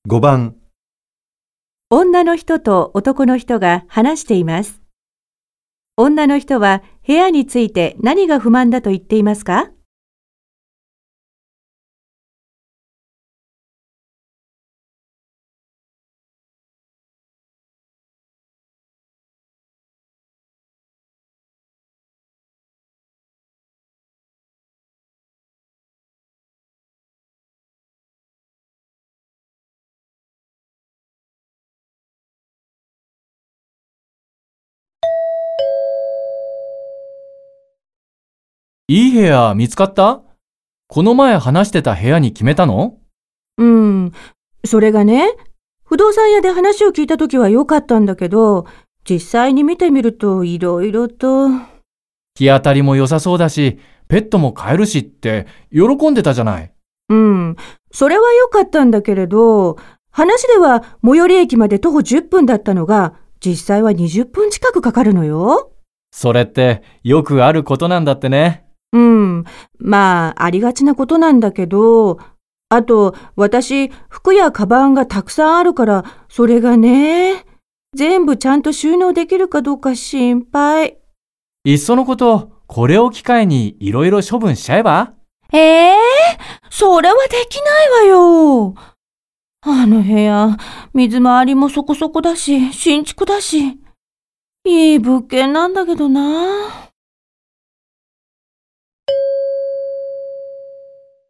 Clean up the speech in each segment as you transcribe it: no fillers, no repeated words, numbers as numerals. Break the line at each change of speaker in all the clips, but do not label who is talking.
番。
女の人と男の人が話しています。女の人は部屋について何が不満だと言っていますか？
いい部屋見つかった？この前話してた部屋に決めたの？
それがね、不動産屋で話を聞いたときは良かったんだけど、実際に見てみるといろいろと。
日当たりも良さそうだし、ペットも飼えるしって喜んでたじゃない。
それは良かったんだけれど、話では最寄り駅まで徒歩10分だったのが、実際は20分近くかかるのよ。
それってよくあることなんだってね。
まあ、ありがちなことなんだけど、あと、私、服やカバンがたくさんあるから、それがね、全部ちゃんと収納できるかどうか心配。
いっそのこと、これを機会にいろいろ処分しちゃえば？
それはできないわよ。あの部屋、水回りもそこそこだし、新築だし。いい物件なんだけどな。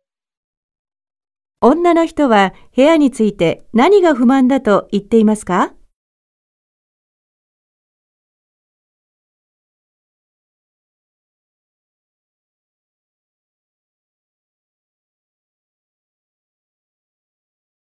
女の人は部屋について何が不満だと言っていますか？